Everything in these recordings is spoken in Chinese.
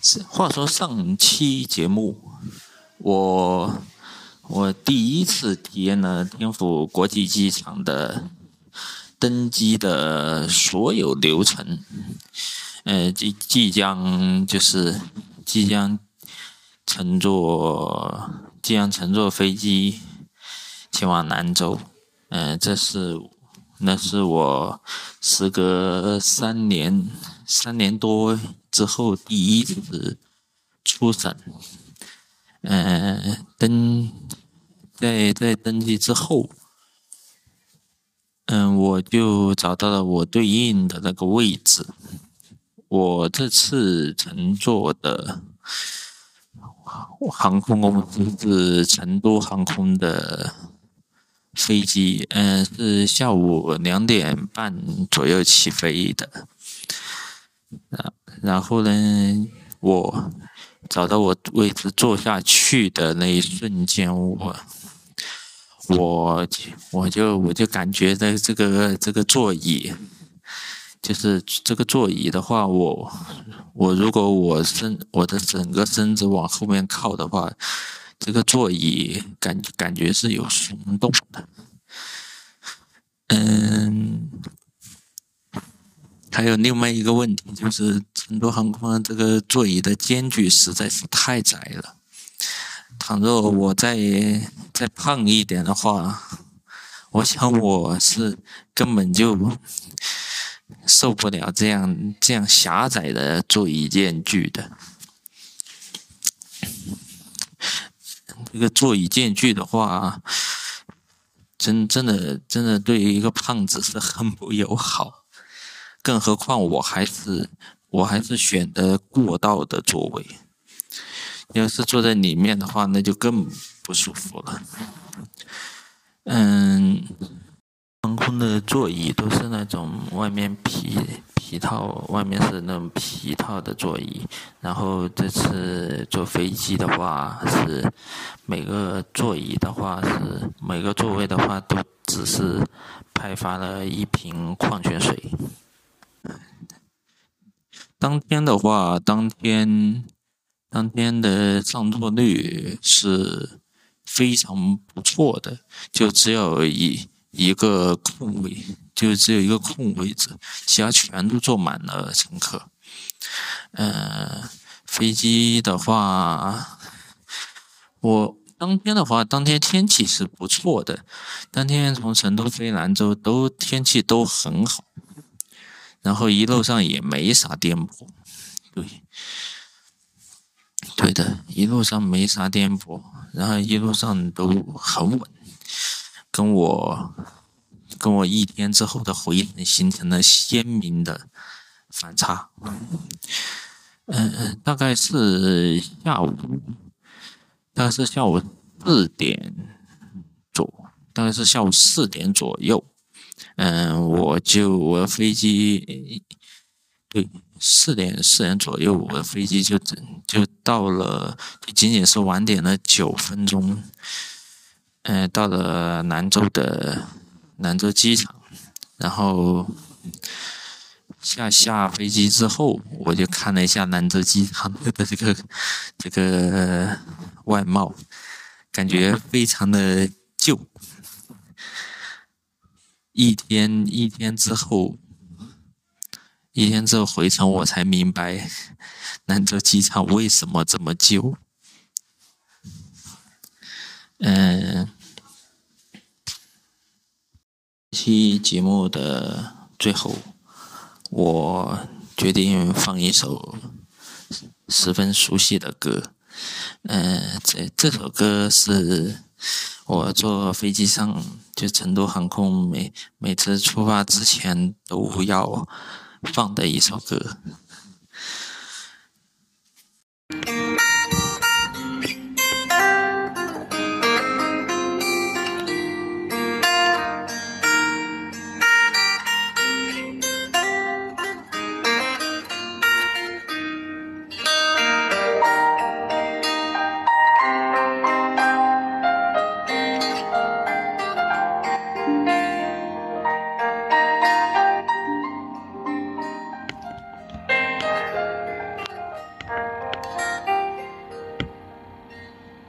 话说上期节目，我第一次体验了天府国际机场的登机的所有流程，即将乘坐飞机前往兰州，那是我时隔三年多之后第一次出省。在登记之后，我就找到了我对应的那个位置。我这次乘坐的航空公司是成都航空的飞机，是下午2点半左右起飞的。然后呢，我找到我位置坐下去的那一瞬间，我就感觉的这个座椅，就是这个座椅的话，我如果我的整个身子往后面靠的话，这个座椅感觉是有松动的。还有另外一个问题，就是成都航空的这个座椅的间距实在是太窄了。倘若我再胖一点的话，我想我是根本就受不了这样狭窄的座椅间距的。这个座椅间距的话，真的对于一个胖子是很不友好。更何况我还是选的过道的座位，要是坐在里面的话，那就更不舒服了。航空的座椅都是那种外面皮套，外面是那种皮套的座椅。然后这次坐飞机的话，是每个座位的话都只是派发了1瓶矿泉水。当天的话，当天的上座率是非常不错的，就只有一个空位，其他全都坐满了乘客。飞机的话，当天天气是不错的，当天从成都飞兰州天气都很好。然后一路上也没啥颠簸，对的，一路上没啥颠簸，然后一路上都很稳，跟我一天之后的回程形成了鲜明的反差。大概是下午4点左右。我的飞机，对，4点左右，我的飞机就到了，仅仅是晚点了9分钟。到了兰州机场，然后下飞机之后，我就看了一下兰州机场的这个外貌，感觉非常的旧。一天之后回程，我才明白兰州机场为什么这么旧。期节目的最后，我决定放一首十分熟悉的歌。这首歌是我坐飞机上，就成都航空每次出发之前都要放的一首歌。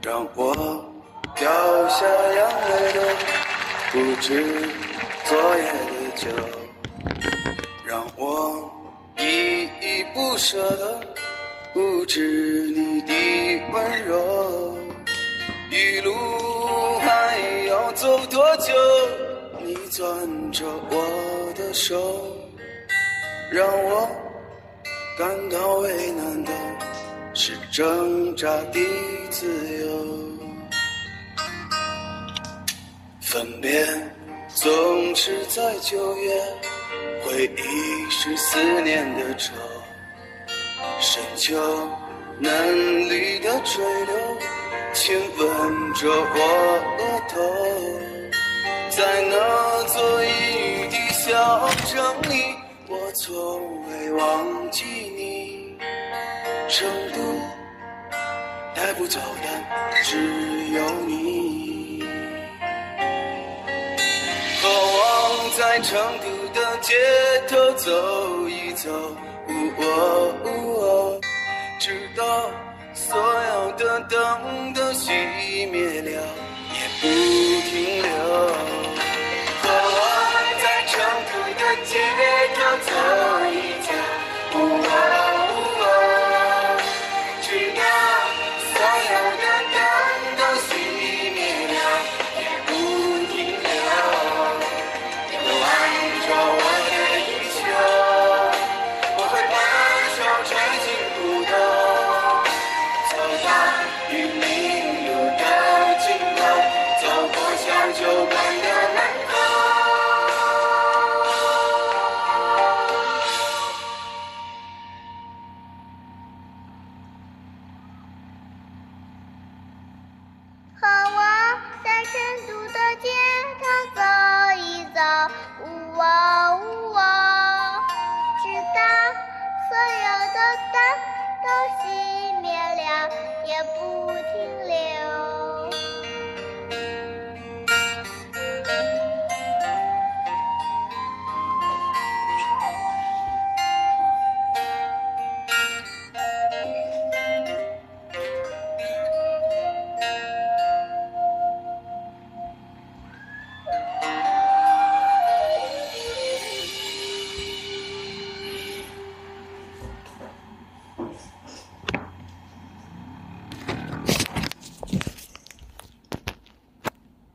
让我掉下眼泪的不止昨夜的酒，让我依依不舍的不止你的温柔。一路还要走多久？你攥着我的手，让我感到为难的是挣扎的自由。分别总是在9月，回忆是思念的愁，深秋嫩绿的垂柳亲吻着我额头，在那座阴雨的小城里，我从未忘记你。成都带不走的只有你，渴望在成都的街头走一走，直到所有的灯都熄灭了，也不停留。渴望在成都的街头走一走，直到所有的灯都熄灭了，也不停留。我按照我的衣袖，我会把手揣进裤兜，走到玉林路的尽头，走过小酒馆的门口。 和我在成都